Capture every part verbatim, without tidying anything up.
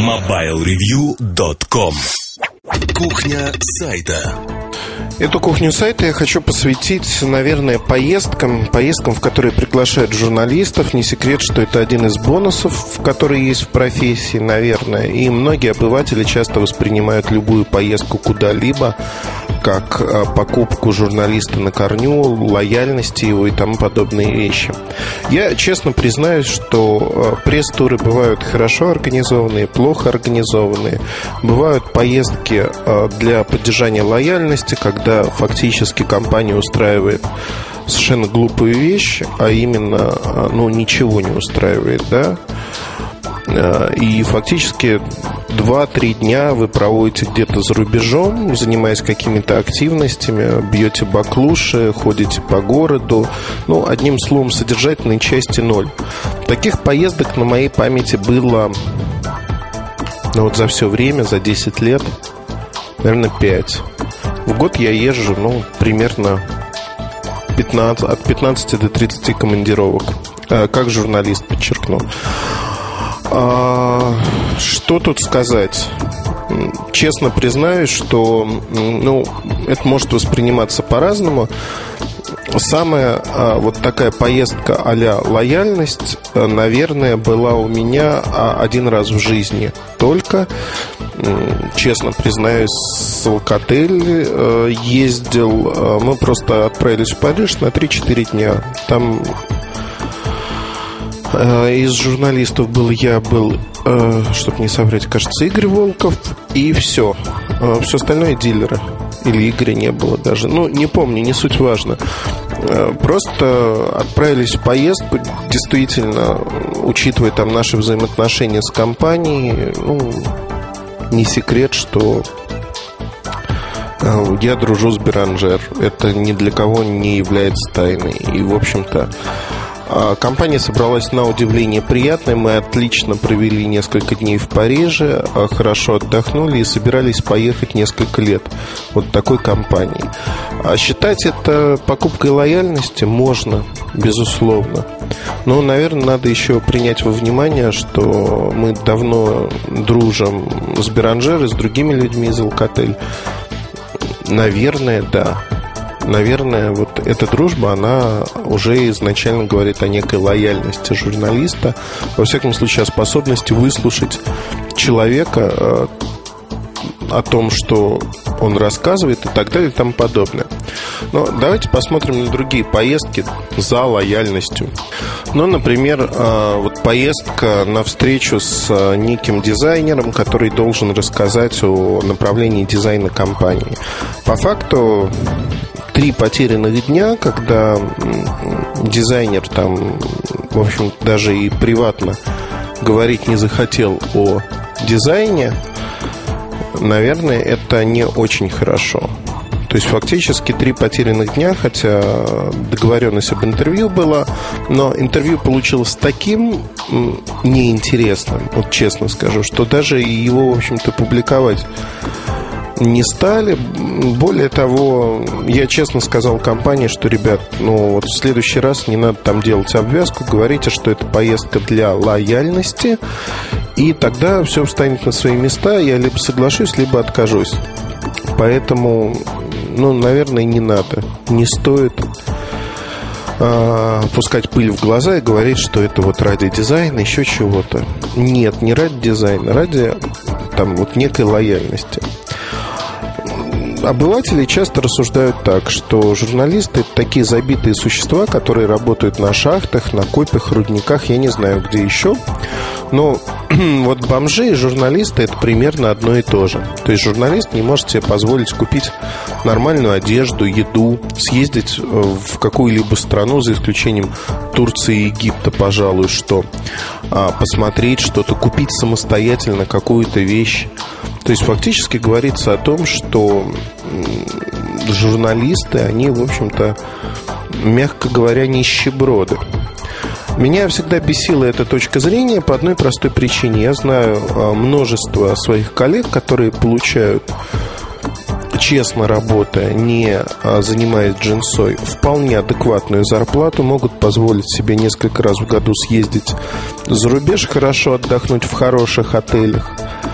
мобайл ревью точка ком. Кухня сайта. Эту кухню сайта я хочу посвятить, наверное, поездкам Поездкам, в которые приглашают журналистов. Не секрет, что это один из бонусов, которые есть в профессии, наверное. И многие обыватели часто воспринимают любую поездку куда-либо как покупку журналиста на корню, лояльности его и тому подобные вещи. Я честно признаюсь, что пресс-туры бывают хорошо организованные, плохо организованные. Бывают поездки для поддержания лояльности, когда фактически компания устраивает совершенно глупую вещь, а именно, ну, ничего не устраивает, да? И фактически два-три дня вы проводите где-то за рубежом, занимаясь какими-то активностями, бьете баклуши, ходите по городу. Ну, одним словом, содержательной части ноль. Таких поездок на моей памяти было, ну, вот за все время, за десять лет, наверное, пять. В год я езжу, ну, примерно пятнадцать, от пятнадцати до тридцати командировок. Как журналист, подчеркну. А, что тут сказать? Честно признаюсь, что, ну, это может восприниматься по-разному. Самая а, вот такая поездка а-ля лояльность, наверное, была у меня один раз в жизни только. Честно признаюсь, с Alcatel ездил. Мы просто отправились в Париж на три-четыре дня. Там из журналистов был я, был, чтобы не соврать, кажется, Игорь Волков. И все. Все остальное дилеры. Или Игоря не было даже. Ну, не помню, не суть важно. Просто отправились в поездку. Действительно, учитывая там наши взаимоотношения с компанией, ну, не секрет, что я дружу с Beranger. Это ни для кого не является тайной. И, в общем-то, компания собралась на удивление приятной. Мы отлично провели несколько дней в Париже, хорошо отдохнули и собирались поехать несколько лет вот такой компанией. А считать это покупкой лояльности можно, безусловно. Но, наверное, надо еще принять во внимание, что мы давно дружим с Beranger и с другими людьми из Alcatel. Наверное, да. Наверное, вот эта дружба, она уже изначально говорит о некой лояльности журналиста. Во всяком случае, о способности выслушать человека, о том, что он рассказывает и так далее и тому подобное. Но давайте посмотрим на другие поездки за лояльностью. Ну, например, вот поездка на встречу с неким дизайнером, который должен рассказать о направлении дизайна компании. По факту три потерянных дня, когда дизайнер там, в общем, даже и приватно говорить не захотел о дизайне, наверное, это не очень хорошо. То есть фактически три потерянных дня, хотя договоренность об интервью была, но интервью получилось таким неинтересным, вот честно скажу, что даже его, в общем-то, публиковать не стали. Более того, я честно сказал компании, что, ребят, ну вот в следующий раз не надо там делать обвязку, говорите, что это поездка для лояльности, и тогда все встанет на свои места, я либо соглашусь, либо откажусь. Поэтому, ну, наверное, не надо, не стоит а, пускать пыль в глаза и говорить, что это вот ради дизайна, еще чего-то. Нет, не ради дизайна, ради там вот некой лояльности. Обыватели часто рассуждают так, что журналисты — это такие забитые существа, которые работают на шахтах, на копях, рудниках, я не знаю, где еще. Но вот бомжи и журналисты — это примерно одно и то же. То есть журналист не может себе позволить купить нормальную одежду, еду, съездить в какую-либо страну, за исключением Турции и Египта, пожалуй, что посмотреть что-то, купить самостоятельно какую-то вещь. То есть фактически говорится о том, что журналисты, они, в общем-то, мягко говоря, нищеброды. Меня всегда бесила эта точка зрения по одной простой причине. Я знаю множество своих коллег, которые получают, честно работая, не занимаясь джинсой, вполне адекватную зарплату, могут позволить себе несколько раз в году съездить за рубеж, хорошо отдохнуть в хороших отелях.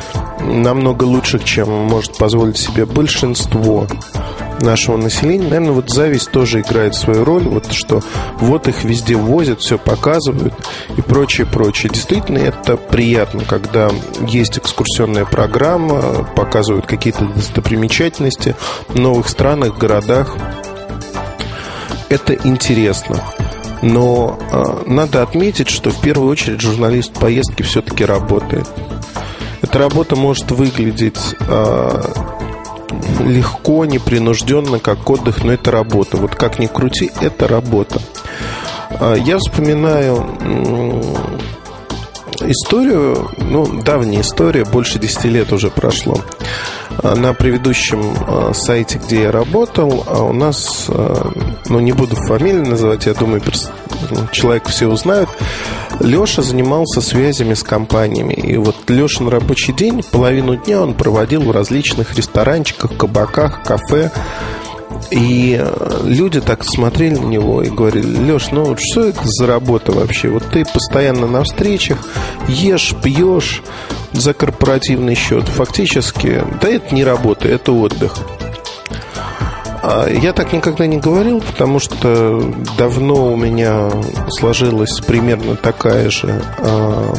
намного лучших, чем может позволить себе большинство нашего населения. Наверное, вот зависть тоже играет свою роль. Вот что вот их везде возят, все показывают и прочее, прочее. Действительно, это приятно, когда есть экскурсионная программа, показывают какие-то достопримечательности в новых странах, городах. Это интересно. Но э, надо отметить, что в первую очередь журналист поездки все-таки работает. Эта работа может выглядеть э, легко, непринужденно, как отдых, но это работа. Вот как ни крути, это работа. э, Я вспоминаю э, историю, ну, давняя история, больше десяти лет уже прошло. На предыдущем э, сайте, где я работал, у нас, э, ну, не буду фамилию называть, я думаю, перс... человек все узнают. Леша занимался связями с компаниями. И вот Лешин рабочий день, половину дня он проводил в различных ресторанчиках, кабаках, кафе. И люди так смотрели на него и говорили: Леш, ну вот что это за работа вообще? Вот ты постоянно на встречах, ешь, пьешь за корпоративный счет. Фактически, да, это не работа, это отдых. Я так никогда не говорил, потому что давно у меня сложилась примерно такая же а,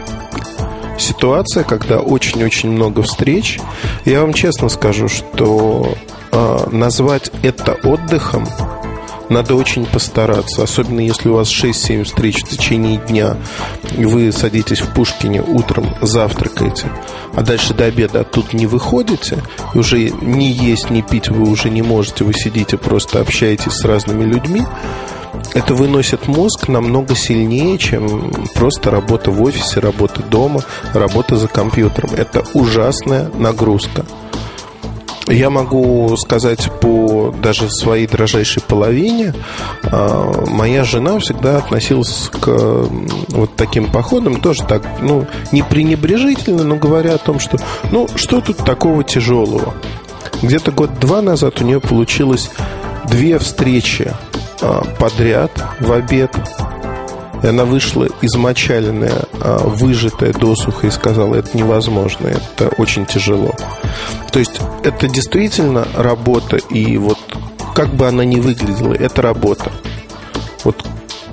ситуация, когда очень-очень много встреч. Я вам честно скажу, что а, назвать это отдыхом надо очень постараться. Особенно если у вас шесть-семь встреч в течение дня, и вы садитесь в Пушкине утром, завтракаете, а дальше до обеда оттуда не выходите, и уже ни есть, ни пить вы уже не можете. Вы сидите, просто общаетесь с разными людьми. Это выносит мозг намного сильнее, чем просто работа в офисе, работа дома, работа за компьютером. Это ужасная нагрузка. Я могу сказать по даже своей дрожайшей половине. Моя жена всегда относилась к вот таким походам тоже так, ну, не пренебрежительно, но говоря о том, что, ну, что тут такого тяжелого. Где-то год-два назад у нее получилось две встречи подряд в обед. И она вышла измочаленная, выжатая досуха, и сказала: это невозможно, это очень тяжело. То есть это действительно работа. И вот как бы она ни выглядела, это работа. Вот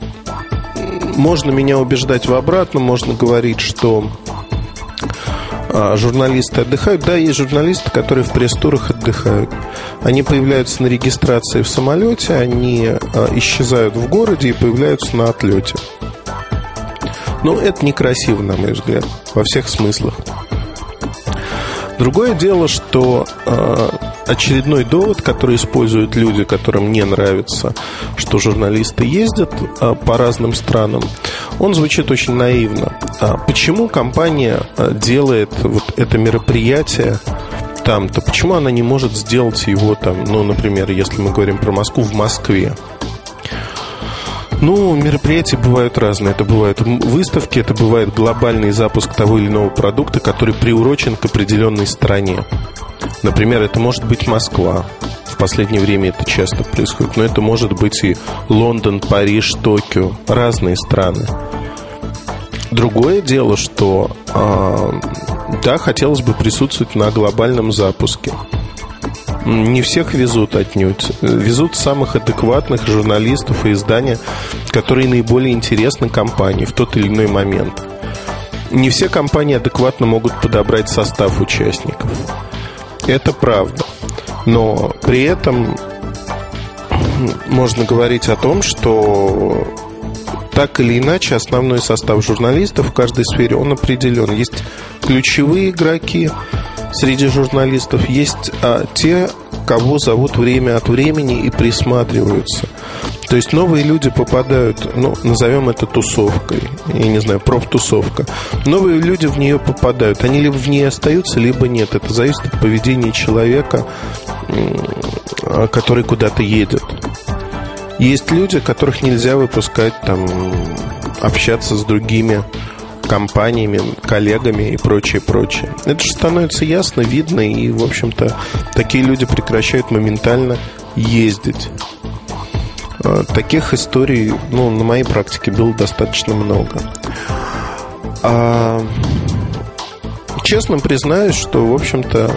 можно меня убеждать в обратном, можно говорить, что журналисты отдыхают. Да, есть журналисты, которые в пресс-турах отдыхают. Они появляются на регистрации в самолете, они исчезают в городе и появляются на отлете. Но это некрасиво, на мой взгляд, во всех смыслах. Другое дело, что э, очередной довод, который используют люди, которым не нравится, что журналисты ездят э, по разным странам, он звучит очень наивно. А почему компания делает вот это мероприятие там-то? Почему она не может сделать его там, ну, например, если мы говорим про Москву, в Москве? Ну, мероприятия бывают разные. Это бывают выставки, это бывает глобальный запуск того или иного продукта, который приурочен к определенной стране. Например, это может быть Москва. В последнее время это часто происходит. Но это может быть и Лондон, Париж, Токио. Разные страны. Другое дело, что э, да, хотелось бы присутствовать на глобальном запуске. Не всех везут отнюдь. Везут самых адекватных журналистов и издания, которые наиболее интересны компании в тот или иной момент. Не все компании адекватно могут подобрать состав участников. Это правда. Но при этом можно говорить о том, что так или иначе основной состав журналистов в каждой сфере, он определен. Есть ключевые игроки среди журналистов, есть а, те, кого зовут время от времени и присматриваются. То есть новые люди попадают, ну, назовем это тусовкой, я не знаю, профтусовка. Новые люди в нее попадают. Они либо в ней остаются, либо нет. Это зависит от поведения человека, который куда-то едет. Есть люди, которых нельзя выпускать, там, общаться с другими компаниями, коллегами и прочее, прочее. Это же становится ясно, видно, и, в общем-то, такие люди прекращают моментально ездить. Таких историй, ну, на моей практике было достаточно много. А честно признаюсь, что, в общем-то,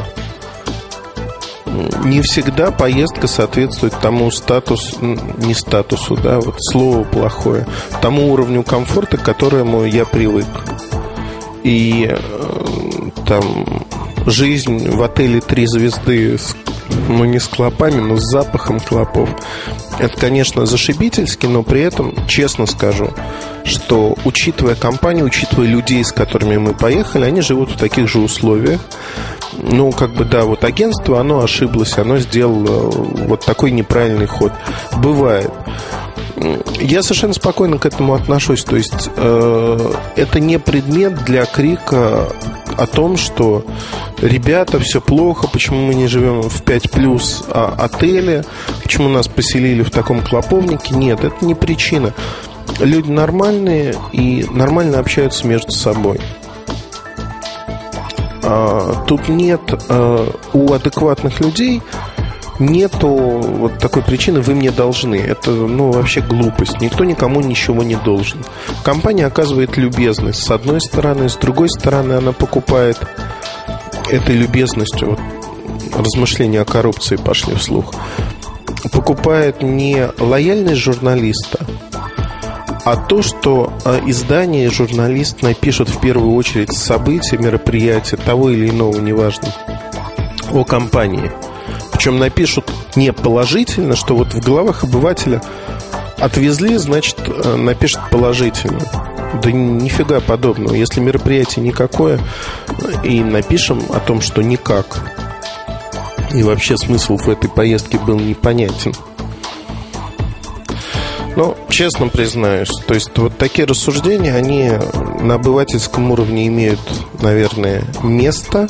не всегда поездка соответствует тому статусу, не статусу, да, вот слово плохое, тому уровню комфорта, к которому я привык. И там жизнь в отеле три звезды, с, ну не с клопами, но с запахом клопов, это, конечно, зашибительски, но при этом, честно скажу, что, учитывая компанию, учитывая людей, с которыми мы поехали, они живут в таких же условиях. Ну, как бы, да, вот агентство, оно ошиблось, оно сделало вот такой неправильный ход. Бывает. Я совершенно спокойно к этому отношусь. То есть э, это не предмет для крика о том, что ребята, все плохо, почему мы не живем в пять плюс а, отеле, почему нас поселили в таком клоповнике. Нет, это не причина. Люди нормальные и нормально общаются между собой. а, Тут нет а, у адекватных людей нету вот такой причины: вы мне должны. Это, ну, вообще глупость. Никто никому ничего не должен. Компания оказывает любезность с одной стороны, с другой стороны она покупает этой любезностью, вот, размышления о коррупции пошли вслух, покупает не лояльность журналиста, а то, что издание и журналист напишут в первую очередь события, мероприятия того или иного, неважно, о компании. Причем напишут не положительно, что вот в головах обывателя отвезли, значит, напишут положительно. Да нифига подобного. Если мероприятие никакое, и напишем о том, что никак, и вообще смысл в этой поездке был непонятен. Но, честно признаюсь, то есть вот такие рассуждения, они на обывательском уровне имеют, наверное, место.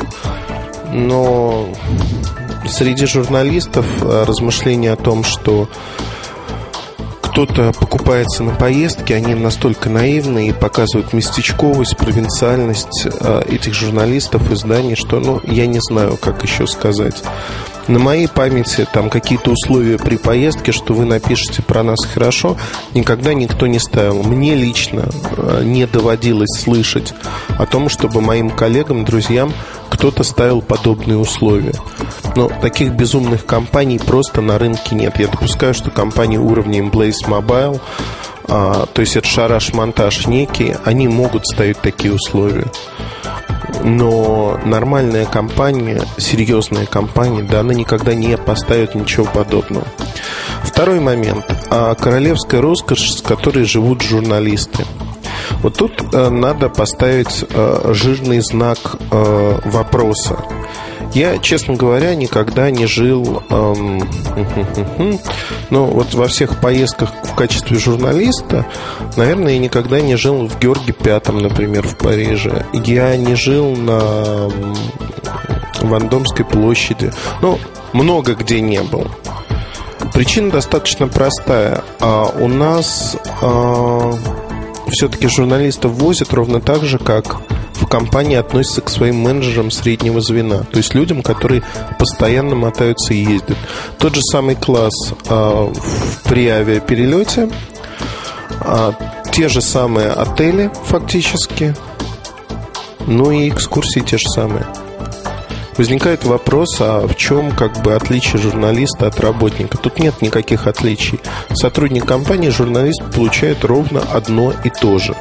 Но среди журналистов размышления о том, что кто-то покупается на поездки, они настолько наивны и показывают местечковость, провинциальность этих журналистов, изданий, что, ну, я не знаю, как еще сказать. На моей памяти там какие-то условия при поездке, что вы напишете про нас хорошо, никогда никто не ставил. Мне лично не доводилось слышать о том, чтобы моим коллегам, друзьям кто-то ставил подобные условия. Но таких безумных компаний просто на рынке нет. Я допускаю, что компании уровня Emblaze Mobile, а, то есть это шараш-монтаж некий, они могут ставить такие условия. Но нормальная компания, серьезная компания, да, она никогда не поставит ничего подобного. Второй момент. Королевская роскошь, с которой живут журналисты. Вот тут э, надо поставить э, жирный знак э, вопроса. Я, честно говоря, никогда не жил, эм, ну, вот во всех поездках в качестве журналиста, наверное, я никогда не жил в Георге Пятом, например, в Париже. Я не жил на Вандомской площади. Ну, много где не был. Причина достаточно простая. А у нас а, все-таки журналистов возят ровно так же, как в компании относятся к своим менеджерам среднего звена. То есть людям, которые постоянно мотаются и ездят. Тот же самый класс а, при авиаперелете, а, те же самые отели фактически, ну и экскурсии те же самые. Возникает вопрос, а в чем как бы отличие журналиста от работника? Тут нет никаких отличий. Сотрудник компании, журналист получает ровно одно и то же.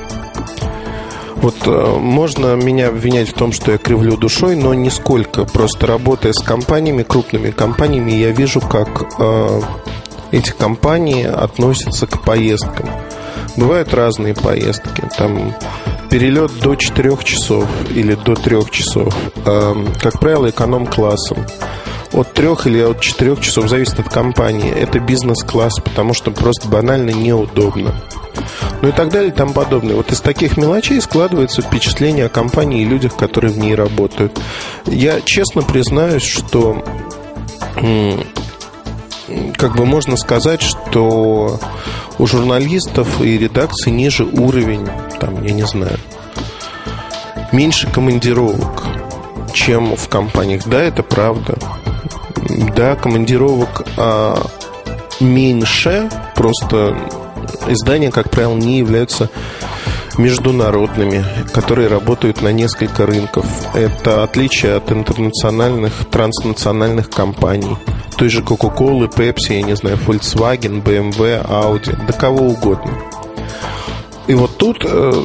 Вот э, можно меня обвинять в том, что я кривлю душой, но нисколько. Просто работая с компаниями, крупными компаниями, я вижу, как э, эти компании относятся к поездкам. Бывают разные поездки. Там перелет до четырех часов или до трех часов. э, Как правило, эконом-классом. От трех или от четырех часов, зависит от компании. Это бизнес-класс, потому что просто банально неудобно. Ну и так далее и тому подобное. Вот из таких мелочей складывается впечатление о компании и людях, которые в ней работают. Я честно признаюсь, что как бы можно сказать, что у журналистов и редакций ниже уровень, там, я не знаю, меньше командировок, чем в компаниях. Да, это правда. Да, командировок а, меньше, просто издания, как правило, не являются международными, которые работают на несколько рынков. Это отличие от интернациональных, транснациональных компаний. Той же Coca-Cola, Pepsi, я не знаю, Volkswagen, бэ эм вэ, Audi, да кого угодно. И вот тут,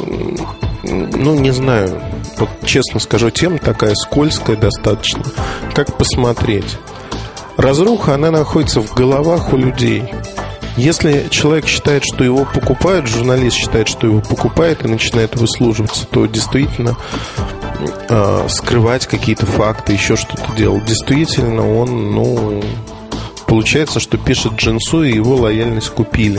ну, не знаю, вот честно скажу, тема такая скользкая достаточно. Как посмотреть? Разруха, она находится в головах у людей. Если человек считает, что его покупают, журналист считает, что его покупают и начинает выслуживаться, то действительно э, скрывать какие-то факты, еще что-то делать. Действительно, он, ну, получается, что пишет джинсу, и его лояльность купили.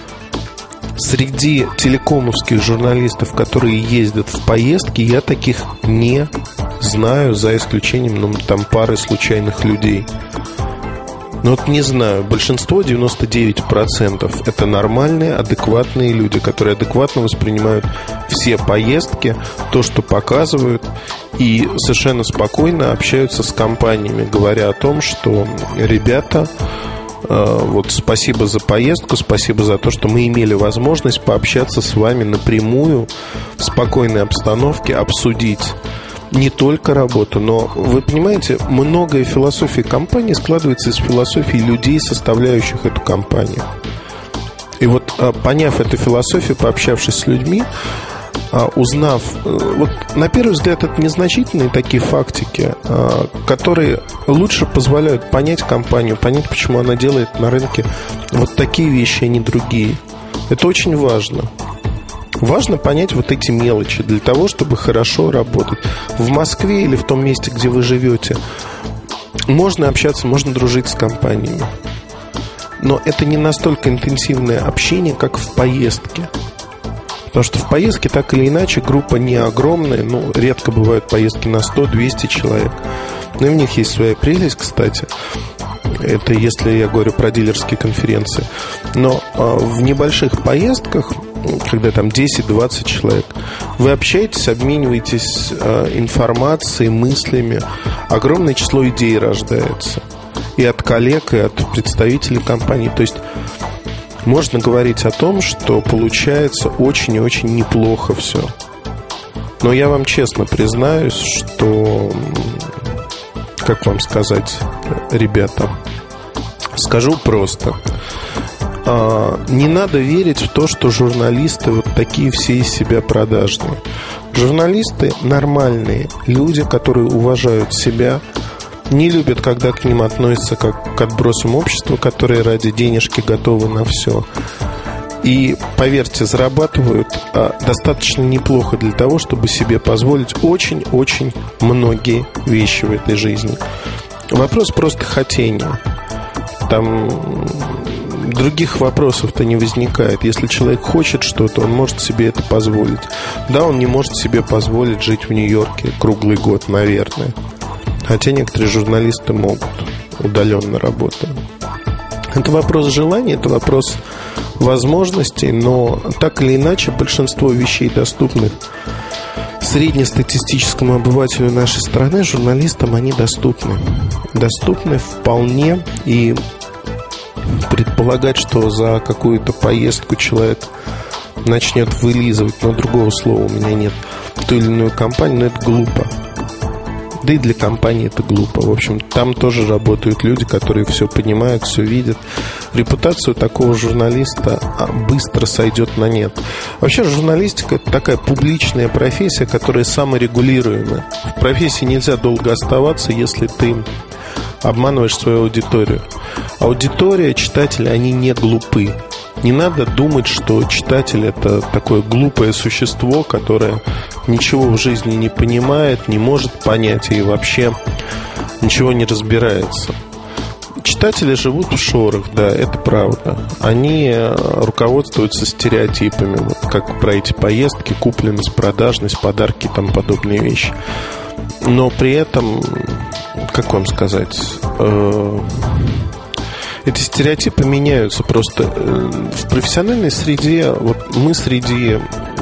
Среди телекомовских журналистов, которые ездят в поездки, я таких не знаю, за исключением, ну, там, пары случайных людей. Но вот не знаю, большинство, девяносто девять процентов, это нормальные, адекватные люди, которые адекватно воспринимают все поездки, то, что показывают, и совершенно спокойно общаются с компаниями, говоря о том, что ребята, э, вот спасибо за поездку, спасибо за то, что мы имели возможность пообщаться с вами напрямую, в спокойной обстановке, обсудить не только работу, но, вы понимаете, многое философии компании складывается из философии людей, составляющих эту компанию. И вот, поняв эту философию, пообщавшись с людьми, узнав, вот на первый взгляд это незначительные такие фактики, которые лучше позволяют понять компанию, понять, почему она делает на рынке вот такие вещи, а не другие. Это очень важно. Важно понять вот эти мелочи для того, чтобы хорошо работать. В Москве или в том месте, где вы живете, можно общаться, можно дружить с компаниями. Но это не настолько интенсивное общение, как в поездке. Потому что в поездке, так или иначе, группа не огромная. Ну, редко бывают поездки на сто-двести человек. Но и в них есть своя прелесть, кстати. Это если я говорю про дилерские конференции. Но а, в небольших поездках, когда там десять-двадцать человек, вы общаетесь, обмениваетесь э, информацией, мыслями. Огромное число идей рождается. И от коллег, и от представителей компании. То есть можно говорить о том, что получается очень и очень неплохо все. Но я вам честно признаюсь, что, как вам сказать, ребята, скажу просто. Не надо верить в то, что журналисты вот такие все из себя продажные. Журналисты нормальные люди, которые уважают себя, не любят, когда к ним относятся как к отбросам общества, которые ради денежки готовы на все. И, поверьте, зарабатывают достаточно неплохо для того, чтобы себе позволить очень-очень многие вещи в этой жизни. Вопрос просто хотения. Там других вопросов-то не возникает. Если человек хочет что-то, он может себе это позволить. Да, он не может себе позволить жить в Нью-Йорке круглый год, наверное. Хотя некоторые журналисты могут, удаленно работая. Это вопрос желания, это вопрос возможностей. Но так или иначе, большинство вещей, доступных среднестатистическому обывателю нашей страны, журналистам, они доступны. Доступны вполне. И предполагать, что за какую-то поездку человек начнет вылизывать, но другого слова у меня нет, ту или иную компанию, но это глупо. Да и для компании это глупо. В общем, там тоже работают люди, которые все понимают, все видят. Репутацию такого журналиста быстро сойдет на нет. Вообще журналистика — это такая публичная профессия, которая саморегулируемая. В профессии нельзя долго оставаться, если ты обманываешь свою аудиторию. Аудитория, читатели, они не глупы. Не надо думать, что читатель — это такое глупое существо, которое ничего в жизни не понимает, не может понять и вообще ничего не разбирается. Читатели живут в шорах, да, это правда. Они руководствуются стереотипами, вот как про эти поездки, купленность, продажность, подарки и тому подобные вещи. Но при этом, как вам сказать, э- эти стереотипы меняются. Просто в профессиональной среде, вот мы среди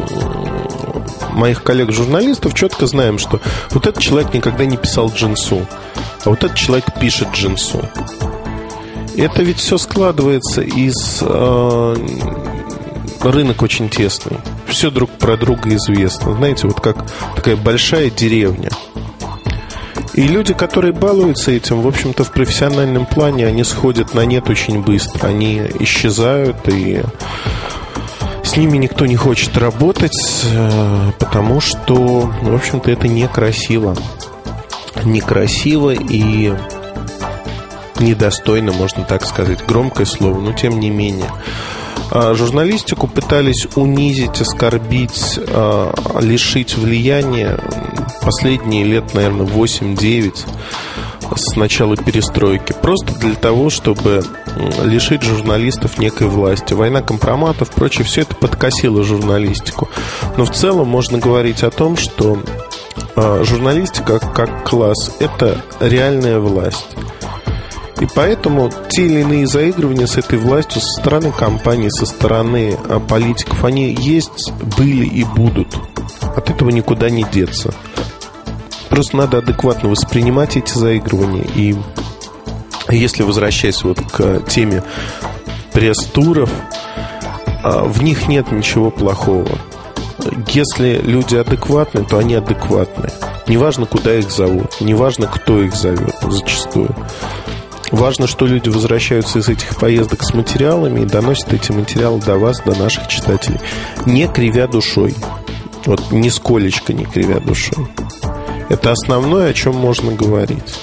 моих коллег-журналистов четко знаем, что вот этот человек никогда не писал джинсу, а вот этот человек пишет джинсу. И это ведь все складывается из... Э, рынок очень тесный. все друг про друга известно. Знаете, вот как такая большая деревня. И люди, которые балуются этим, в общем-то, в профессиональном плане, они сходят на нет очень быстро. Они исчезают, и с ними никто не хочет работать, потому что, в общем-то, это некрасиво. Некрасиво и недостойно, можно так сказать. Громкое слово, но тем не менее. Журналистику пытались унизить, оскорбить, лишить влияния последние лет, наверное, восемь-девять с начала перестройки. Просто для того, чтобы лишить журналистов некой власти. Война компроматов, прочее, все это подкосило журналистику. Но в целом можно говорить о том, что журналистика как класс – это реальная власть. И поэтому те или иные заигрывания с этой властью со стороны компаний, со стороны политиков, они есть, были и будут. От этого никуда не деться. Просто надо адекватно воспринимать эти заигрывания. И если, возвращаясь вот к теме пресс-туров, в них нет ничего плохого. Если люди адекватны, то они адекватны. Неважно, куда их зовут, неважно, кто их зовет зачастую. Важно, что люди возвращаются из этих поездок с материалами и доносят эти материалы до вас, до наших читателей, не кривя душой. Вот нисколечко не кривя душой. Это основное, о чем можно говорить.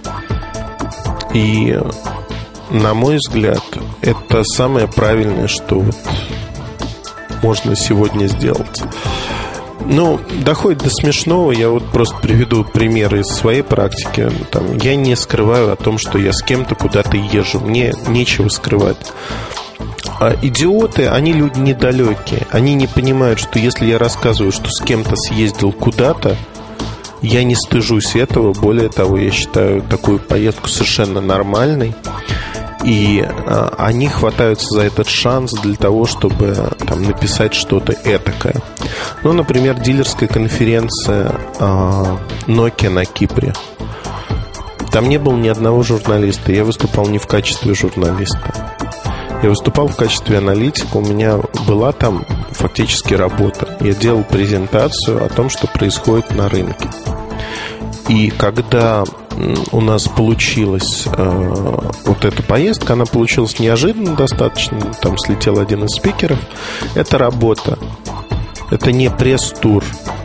И, на мой взгляд, это самое правильное, что вот можно сегодня сделать. Ну, доходит до смешного. Я вот просто приведу примеры из своей практики. Там, я не скрываю о том, что я с кем-то куда-то езжу. Мне нечего скрывать. А идиоты, они люди недалекие. Они не понимают, что если я рассказываю, что с кем-то съездил куда-то, я не стыжусь этого. Более того, я считаю такую поездку совершенно нормальной. И а, они хватаются за этот шанс для того, чтобы там написать что-то этакое. Ну, например, дилерская конференция а, Nokia на Кипре. Там не было ни одного журналиста. Я выступал не в качестве журналиста. Я выступал в качестве аналитика. У меня была там фактически работа. Я делал презентацию о том, что происходит на рынке. И когда у нас получилась э, вот эта поездка, она получилась неожиданно достаточно. Там слетел один из спикеров. Это работа. Это не пресс-тур.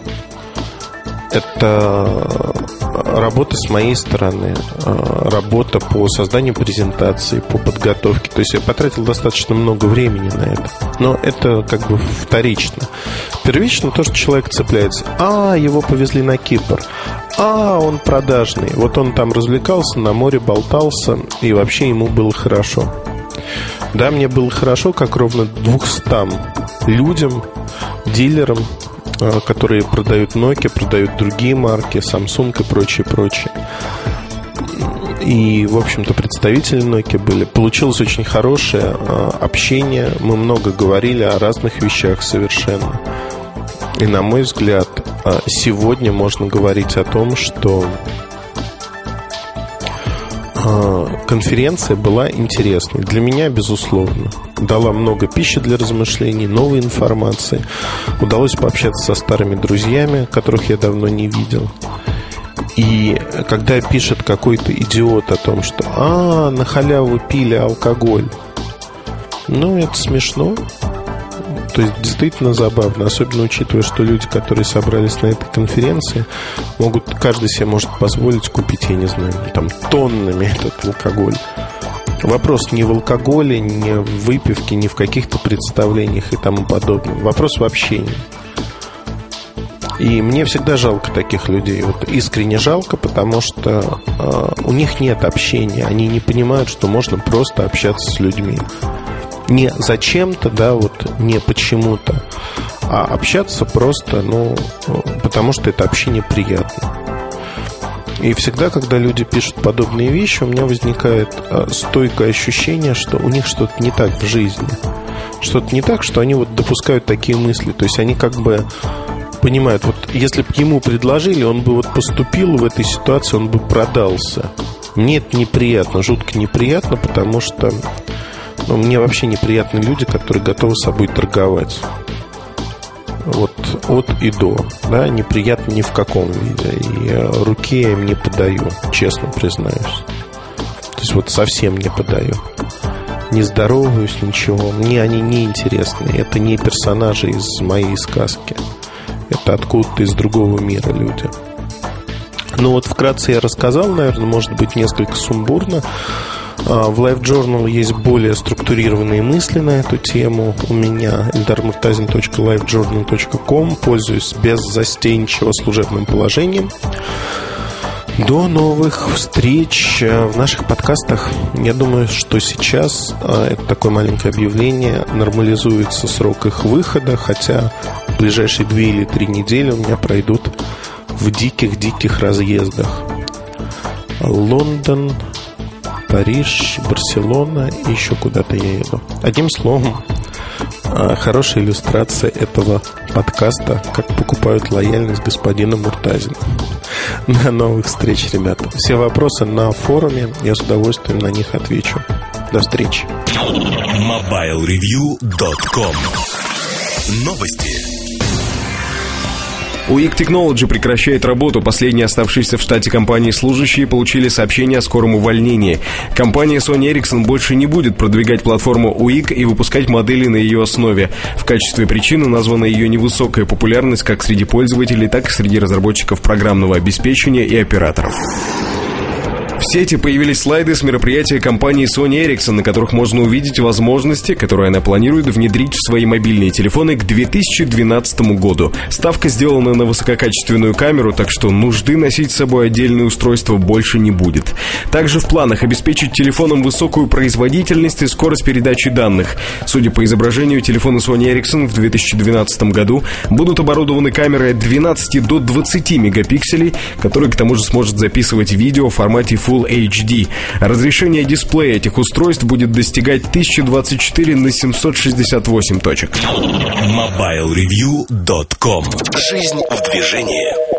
Это работа с моей стороны. Работа по созданию презентации, по подготовке. То есть я потратил достаточно много времени на это. Но это как бы вторично. Первично то, что человек цепляется. А, его повезли на Кипр. А, он продажный. Вот он там развлекался, на море болтался, и вообще ему было хорошо. Да, мне было хорошо, как ровно двухстам людям, дилерам, которые продают Nokia, продают другие марки, Samsung и прочее, прочее. И, в общем-то, представители Nokia были. Получилось очень хорошее общение. Мы много говорили о разных вещах совершенно. И, на мой взгляд, сегодня можно говорить о том, что конференция была интересной. Для меня, безусловно. Дала много пищи для размышлений, новой информации. Удалось пообщаться со старыми друзьями, которых я давно не видел. И когда пишет какой-то идиот о том, что «А, на халяву пили алкоголь», ну, это смешно. То есть действительно забавно. Особенно учитывая, что люди, которые собрались на этой конференции, могут, каждый себе может позволить купить, я не знаю, там тоннами этот алкоголь. Вопрос не в алкоголе, не в выпивке, не в каких-то представлениях и тому подобное. Вопрос в общении. И мне всегда жалко таких людей. Вот искренне жалко, потому что э, у них нет общения. Они не понимают, что можно просто общаться с людьми. Не зачем-то, да, вот не почему-то, а общаться просто, ну, потому что это общение приятно. И всегда, когда люди пишут подобные вещи, у меня возникает стойкое ощущение, что у них что-то не так в жизни. Что-то не так, что они вот допускают такие мысли. То есть они как бы понимают, вот если бы ему предложили, он бы вот поступил в этой ситуации, он бы продался. Мне это неприятно, жутко неприятно, потому что ну, мне вообще неприятны люди, которые готовы с собой торговать. вот от и до, да, неприятно ни в каком виде. И руки я им не подаю, честно признаюсь. То есть вот совсем не подаю. Не здороваюсь, ничего. Мне они не интересны. Это не персонажи из моей сказки. Это откуда-то из другого мира люди. Ну вот вкратце я рассказал, наверное, может быть несколько сумбурно. В LiveJournal есть более структурированные мысли на эту тему. У меня эльдар муртазин точка лайв джорнал точка ком. Пользуюсь беззастенчиво служебным положением. До новых встреч в наших подкастах. Я думаю, что сейчас это такое маленькое объявление, нормализуется срок их выхода, хотя в ближайшие две или три недели у меня пройдут в диких-диких разъездах. Лондон, Париж, Барселона и еще куда-то я еду. Одним словом, хорошая иллюстрация этого подкаста, как покупают лояльность господина Муртазина. До новых встреч, ребята. Все вопросы на форуме, я с удовольствием на них отвечу. До встречи. мобайл ревью точка ком. Новости. у и ай си Technology прекращает работу. Последние оставшиеся в штате компании служащие получили сообщение о скором увольнении. Компания Sony Ericsson больше не будет продвигать платформу у и ай си и выпускать модели на ее основе. В качестве причины названа ее невысокая популярность как среди пользователей, так и среди разработчиков программного обеспечения и операторов. В сети появились слайды с мероприятия компании Sony Ericsson, на которых можно увидеть возможности, которые она планирует внедрить в свои мобильные телефоны к две тысячи двенадцатому году. Ставка сделана на высококачественную камеру, так что нужды носить с собой отдельное устройство больше не будет. Также в планах обеспечить телефонам высокую производительность и скорость передачи данных. Судя по изображению, телефоны Sony Ericsson в две тысячи двенадцатом году будут оборудованы камерой от двенадцати до двадцати мегапикселей, которая к тому же сможет записывать видео в формате Full эйч ди. Разрешение дисплея этих устройств будет достигать тысяча двадцать четыре на семьсот шестьдесят восемь точек. мобайл ревью точка ком. Жизнь в движении.